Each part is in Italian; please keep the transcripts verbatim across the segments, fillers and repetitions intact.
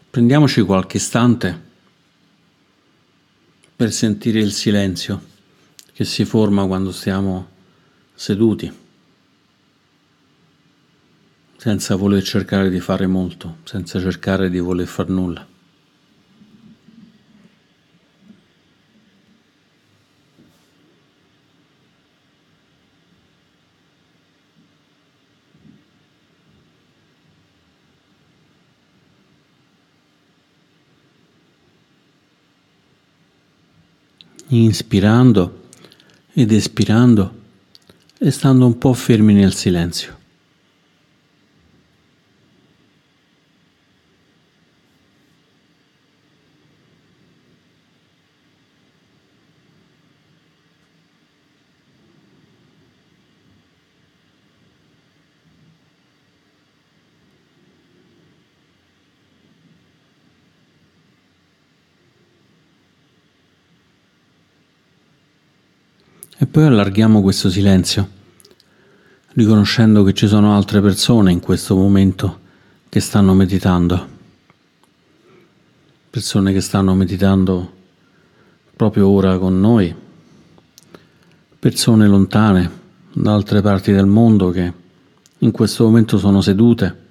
Prendiamoci qualche istante per sentire il silenzio che si forma quando stiamo seduti, senza voler cercare di fare molto, senza cercare di voler far nulla. Inspirando ed espirando e stando un po' fermi nel silenzio. E poi allarghiamo questo silenzio, riconoscendo che ci sono altre persone in questo momento che stanno meditando. Persone che stanno meditando proprio ora con noi. Persone lontane, da altre parti del mondo, che in questo momento sono sedute,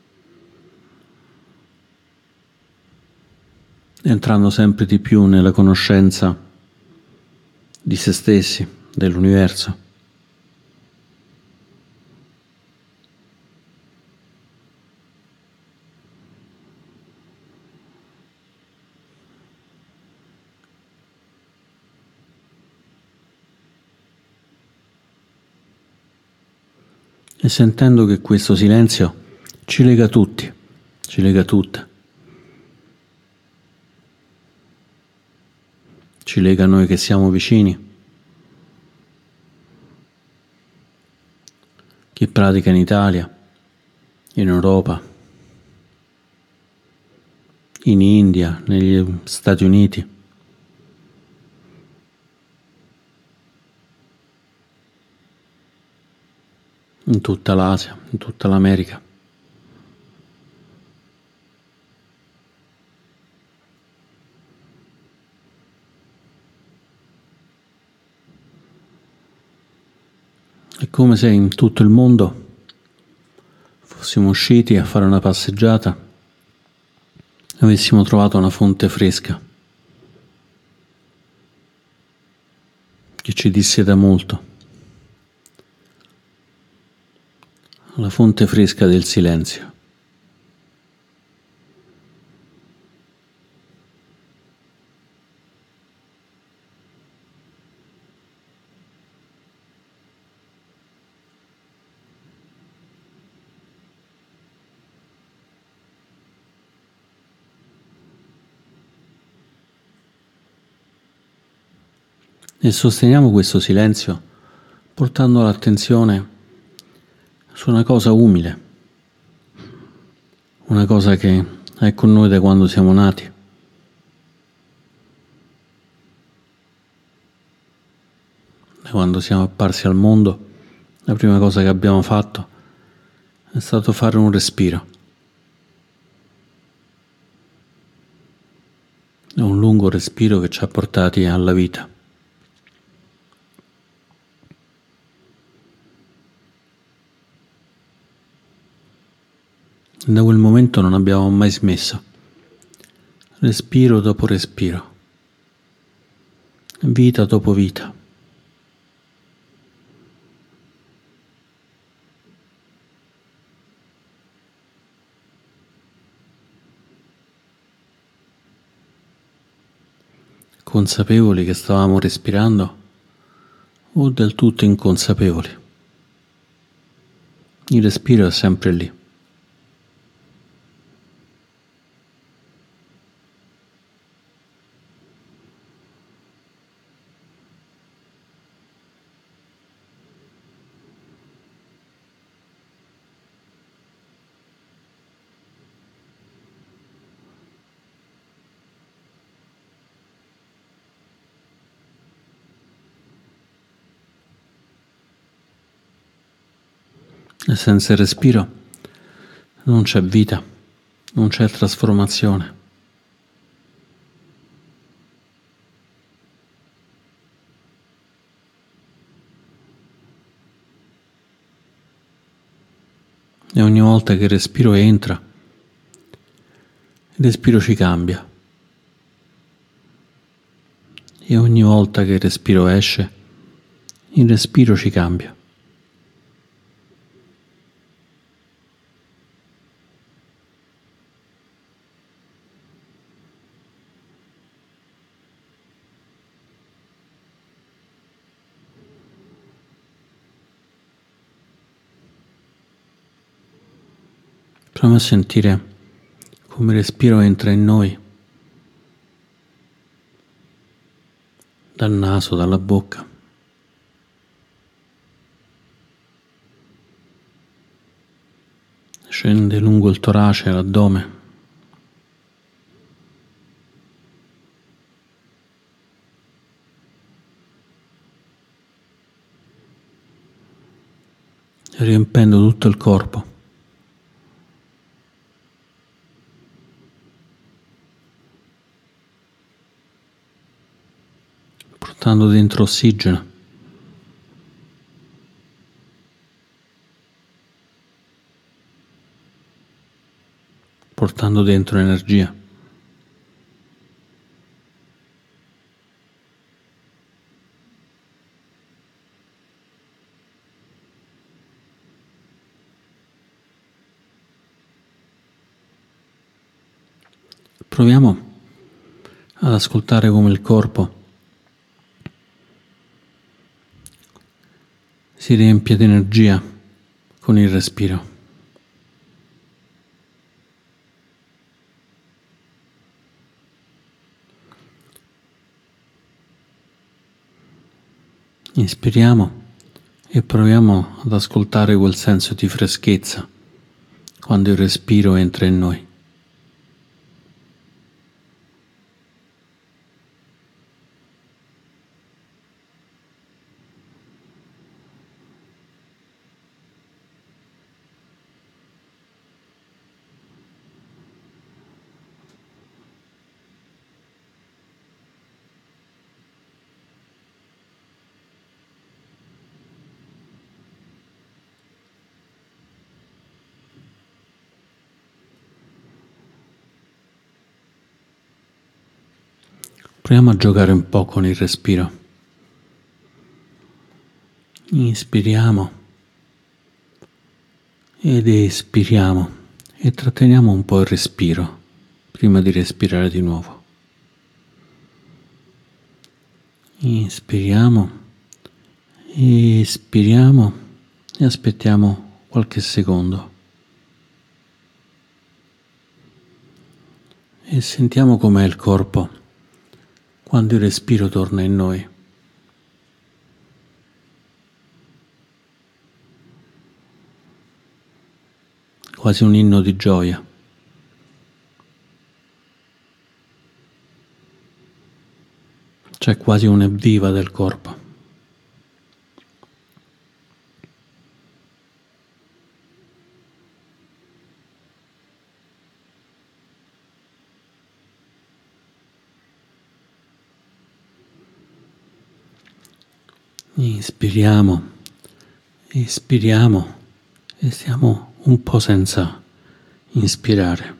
entrando sempre di più nella conoscenza di se stessi, dell'universo. E sentendo che questo silenzio ci lega tutti, ci lega tutte. Ci lega a noi che siamo vicini. Chi pratica in Italia, in Europa, in India, negli Stati Uniti. In tutta l'Asia, in tutta l'America. È come se in tutto il mondo fossimo usciti a fare una passeggiata e avessimo trovato una fonte fresca che ci dissieda molto. La fonte fresca del silenzio. E sosteniamo questo silenzio portando l'attenzione su una cosa umile, una cosa che è con noi da quando siamo nati. Da quando siamo apparsi al mondo, la prima cosa che abbiamo fatto è stato fare un respiro. È un lungo respiro che ci ha portati alla vita. Da quel momento non abbiamo mai smesso, respiro dopo respiro, vita dopo vita. Consapevoli che stavamo respirando o del tutto inconsapevoli. Il respiro è sempre lì. E senza il respiro non c'è vita, non c'è trasformazione. E ogni volta che il respiro entra, il respiro ci cambia. E ogni volta che il respiro esce, il respiro ci cambia. Proviamo a sentire come il respiro entra in noi, dal naso, dalla bocca. Scende lungo il torace, l'addome. Riempendo tutto il corpo. Portando dentro ossigeno. Portando dentro energia. Proviamo ad ascoltare come il corpo si riempie di energia con il respiro. Inspiriamo e proviamo ad ascoltare quel senso di freschezza quando il respiro entra in noi. Proviamo a giocare un po' con il respiro. Inspiriamo ed espiriamo e tratteniamo un po' il respiro prima di respirare di nuovo. Inspiriamo, espiriamo e aspettiamo qualche secondo. E sentiamo com'è il corpo quando il respiro torna in noi. Quasi un inno di gioia. C'è quasi un'evviva del corpo. Inspiriamo, espiriamo e stiamo un po' senza inspirare.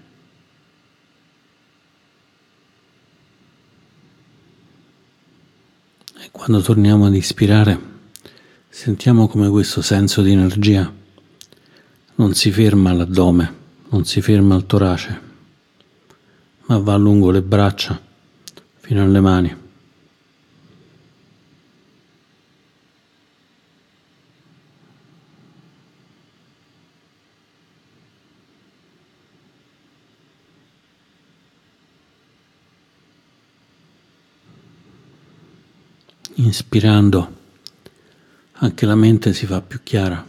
E quando torniamo ad ispirare, sentiamo come questo senso di energia non si ferma all'addome, non si ferma al torace, ma va lungo le braccia fino alle mani. Inspirando, anche la mente si fa più chiara.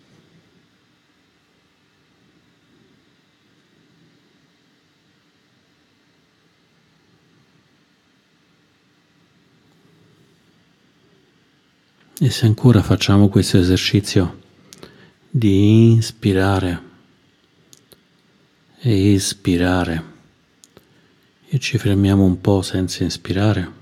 E se ancora facciamo questo esercizio di inspirare e espirare e ci fermiamo un po' senza inspirare,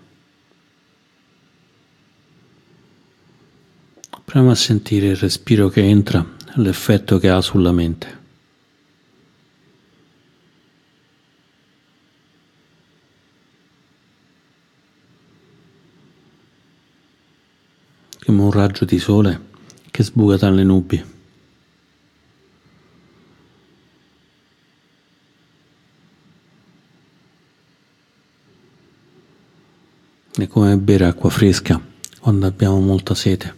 proviamo a sentire il respiro che entra l'effetto che ha sulla mente. Come un raggio di sole che sbuca dalle nubi. È come bere acqua fresca quando abbiamo molta sete.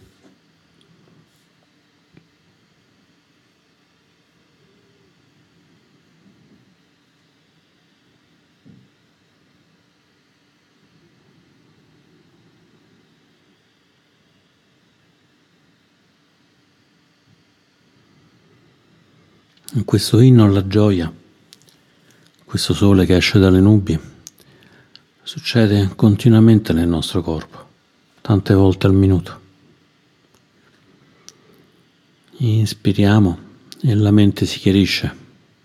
In questo inno alla gioia, questo sole che esce dalle nubi, succede continuamente nel nostro corpo, tante volte al minuto. Inspiriamo e la mente si chiarisce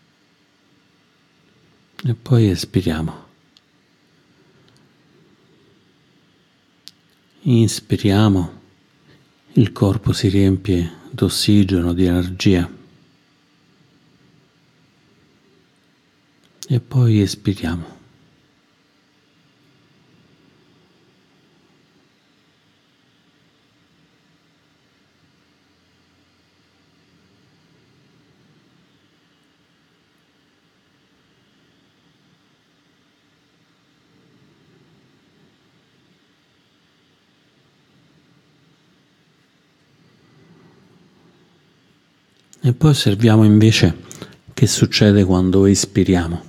e poi espiriamo. Inspiriamo, il corpo si riempie d'ossigeno, di energia e poi espiriamo. E poi osserviamo invece che succede quando espiriamo.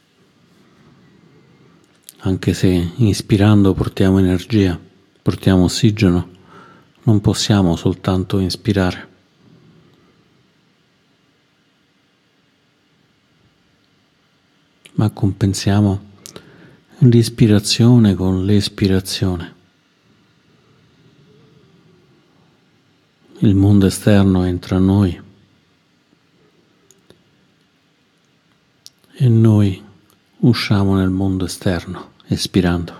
Anche se inspirando portiamo energia, portiamo ossigeno, non possiamo soltanto inspirare. Ma compensiamo l'ispirazione con l'espirazione. Il mondo esterno entra a noi e noi usciamo nel mondo esterno, espirando.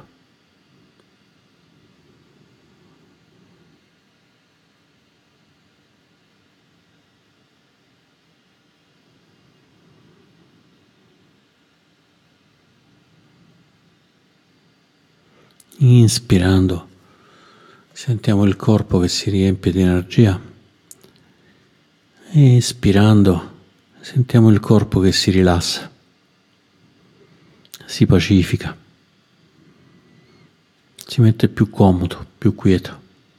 Inspirando, sentiamo il corpo che si riempie di energia. Espirando, sentiamo il corpo che si rilassa, si pacifica, si mette più comodo, più quieto.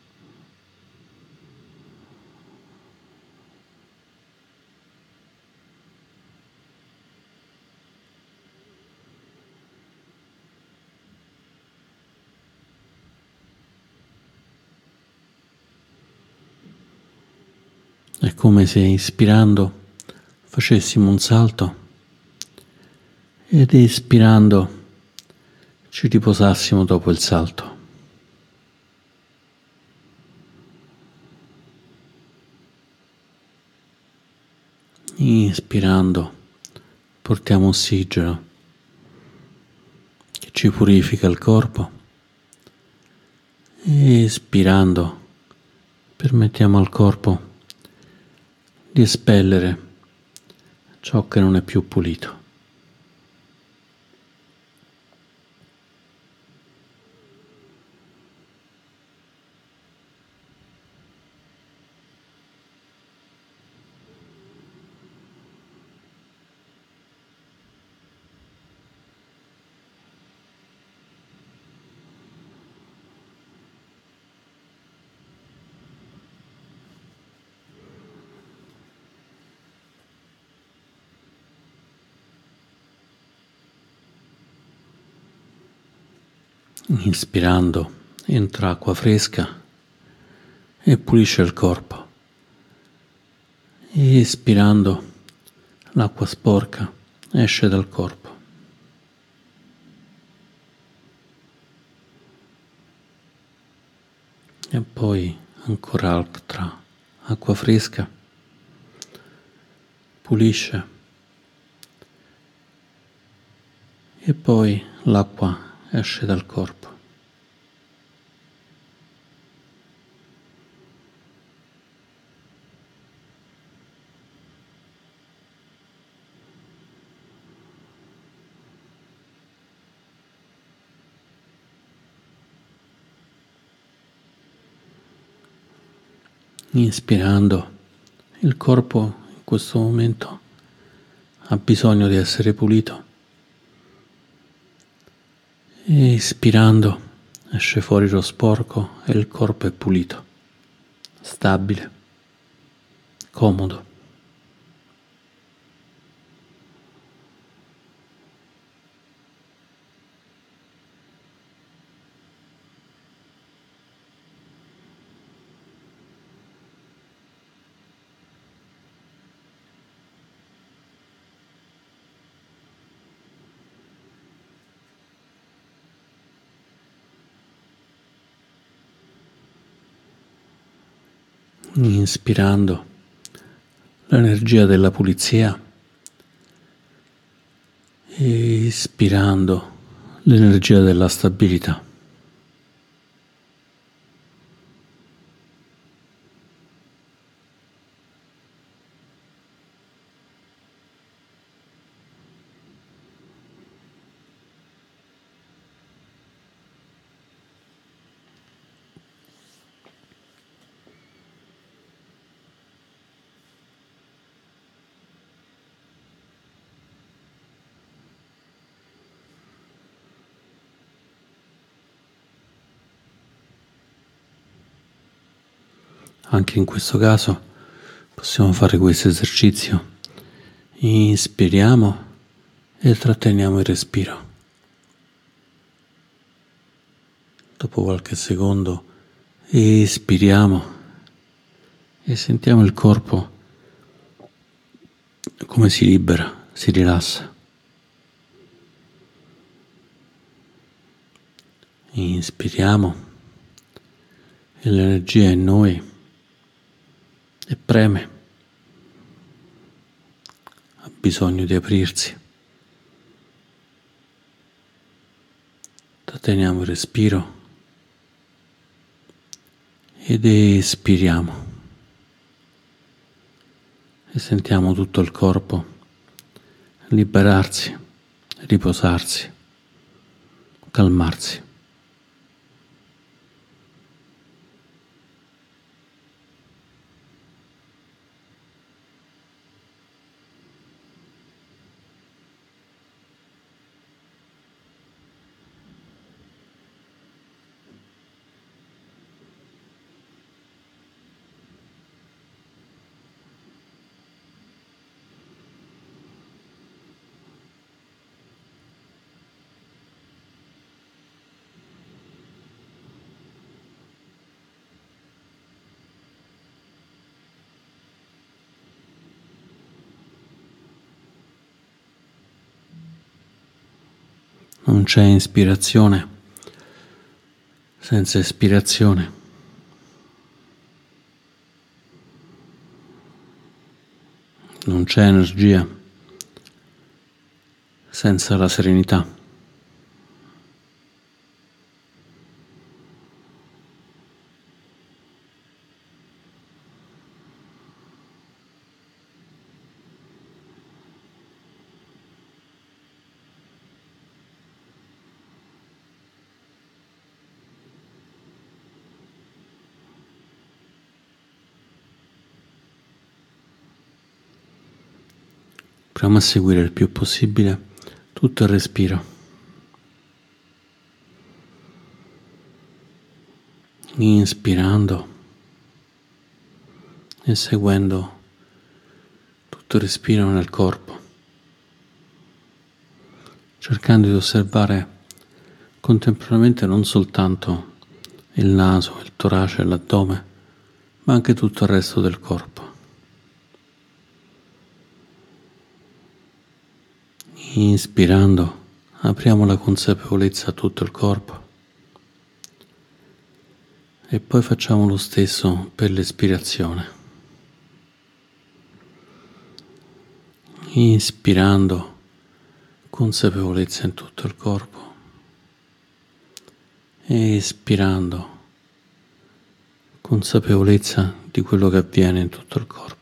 È come se ispirando facessimo un salto ed espirando ci riposassimo dopo il salto. Inspirando portiamo ossigeno che ci purifica il corpo. Espirando permettiamo al corpo di espellere ciò che non è più pulito. Inspirando entra acqua fresca e pulisce il corpo. Espirando l'acqua sporca esce dal corpo. E poi ancora altra acqua fresca pulisce e poi l'acqua esce dal corpo. Inspirando, il corpo in questo momento ha bisogno di essere pulito. E espirando esce fuori lo sporco e il corpo è pulito, stabile, comodo. Inspirando l'energia della pulizia e espirando l'energia della stabilità. Anche in questo caso possiamo fare questo esercizio. Inspiriamo e tratteniamo il respiro. Dopo qualche secondo espiriamo e sentiamo il corpo come si libera, si rilassa. Inspiriamo e l'energia in noi e preme, ha bisogno di aprirsi. Tratteniamo il respiro ed espiriamo e sentiamo tutto il corpo liberarsi, riposarsi, calmarsi. Non c'è ispirazione senza espirazione. Non c'è energia senza la serenità. Proviamo a seguire il più possibile tutto il respiro. Inspirando e seguendo tutto il respiro nel corpo, cercando di osservare contemporaneamente non soltanto il naso, il torace e l'addome, ma anche tutto il resto del corpo. Inspirando, apriamo la consapevolezza a tutto il corpo e poi facciamo lo stesso per l'espirazione. Inspirando, consapevolezza in tutto il corpo, e espirando, consapevolezza di quello che avviene in tutto il corpo.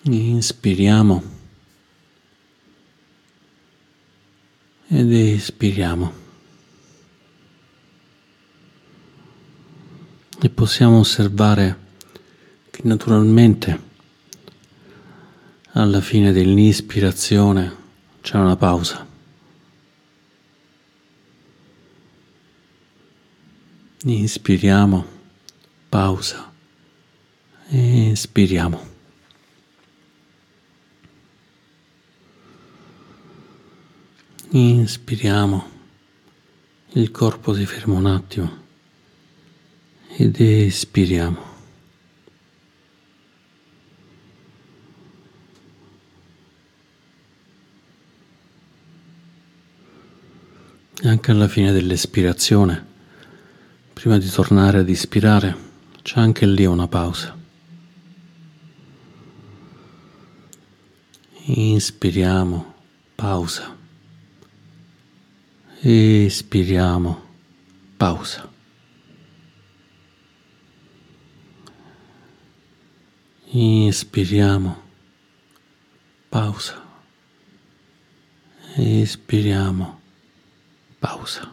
Inspiriamo ed espiriamo. E possiamo osservare che naturalmente alla fine dell'ispirazione c'è una pausa. Inspiriamo, pausa, espiriamo. Inspiriamo, il corpo si ferma un attimo ed espiriamo. E anche alla fine dell'espirazione, prima di tornare ad ispirare, c'è anche lì una pausa. Inspiriamo, pausa. Espiriamo, pausa. Inspiriamo, pausa. Espiriamo, pausa.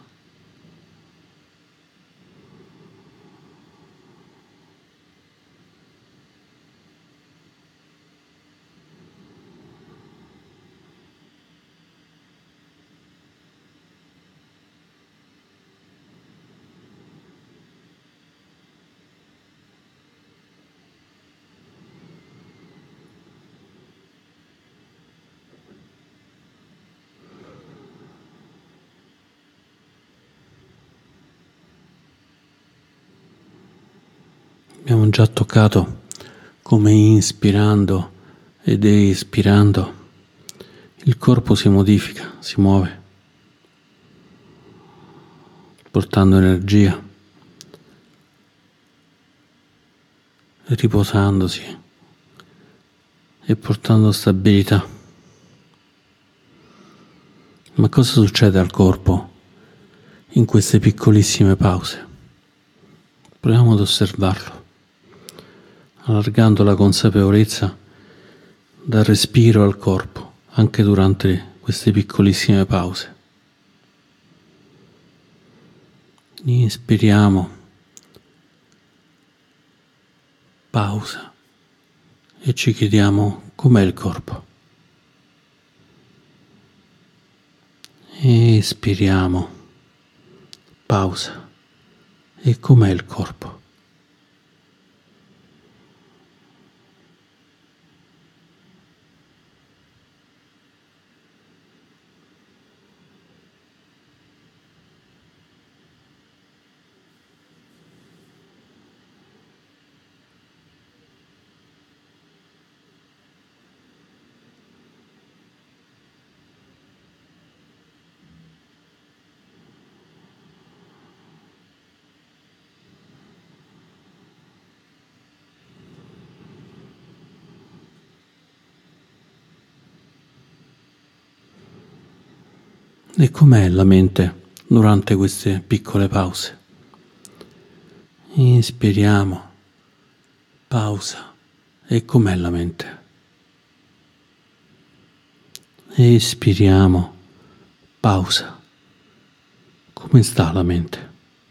Abbiamo già toccato come inspirando ed espirando il corpo si modifica, si muove, portando energia, riposandosi e portando stabilità. Ma cosa succede al corpo in queste piccolissime pause? Proviamo ad osservarlo, allargando la consapevolezza dal respiro al corpo, anche durante queste piccolissime pause. Inspiriamo, pausa, e ci chiediamo com'è il corpo. Espiriamo, pausa, e com'è il corpo. E com'è la mente durante queste piccole pause? Inspiriamo, pausa, e com'è la mente? Espiriamo, pausa, come sta la mente?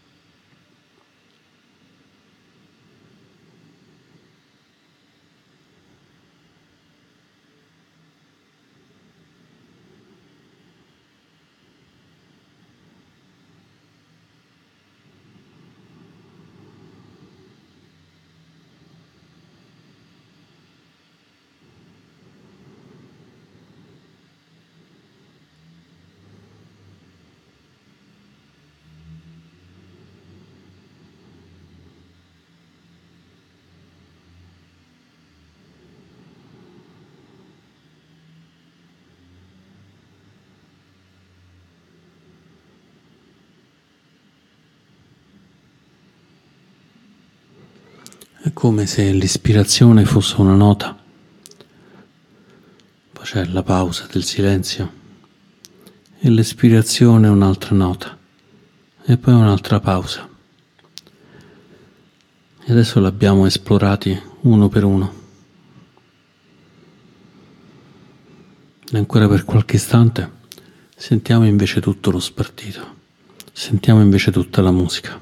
È come se l'ispirazione fosse una nota, poi c'è la pausa del silenzio e l'espirazione è un'altra nota e poi un'altra pausa. E adesso l'abbiamo esplorati uno per uno. E ancora per qualche istante sentiamo invece tutto lo spartito, sentiamo invece tutta la musica.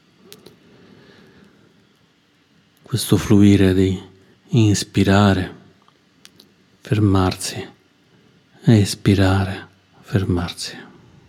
Questo fluire di inspirare, fermarsi, e espirare, fermarsi.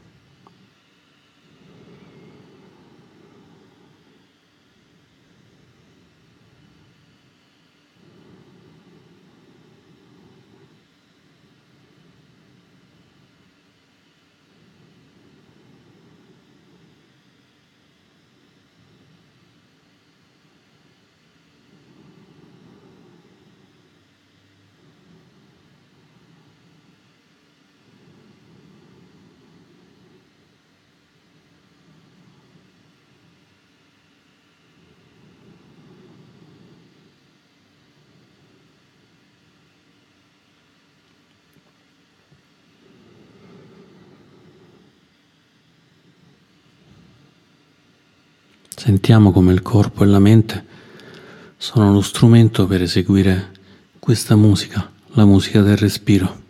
Sentiamo come il corpo e la mente sono lo strumento per eseguire questa musica, la musica del respiro.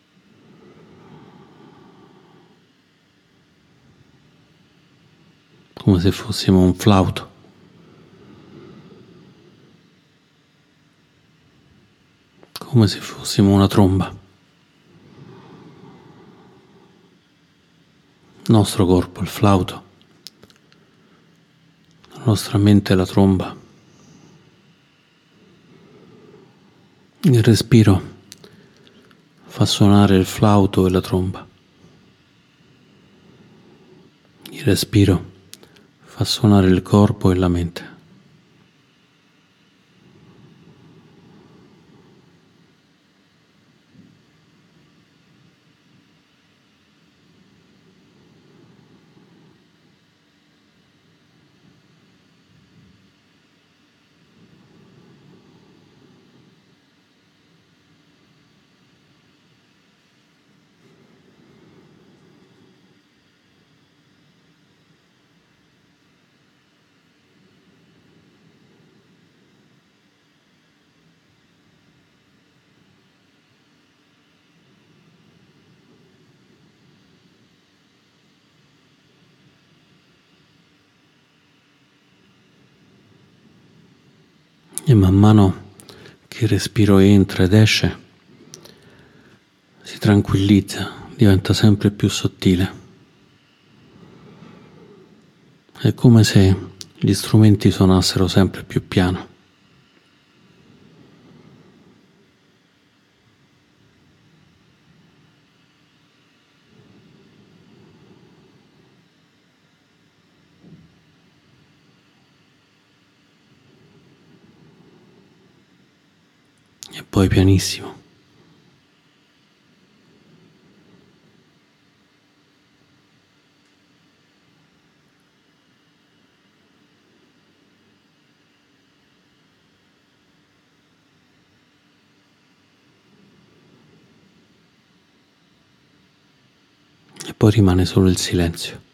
Come se fossimo un flauto. Come se fossimo una tromba. Il nostro corpo, il flauto. La nostra mente è la tromba. Il respiro fa suonare il flauto e la tromba. Il respiro fa suonare il corpo e la mente. E man mano che il respiro entra ed esce, si tranquillizza, diventa sempre più sottile. È come se gli strumenti suonassero sempre più piano. E poi pianissimo. E poi rimane solo il silenzio.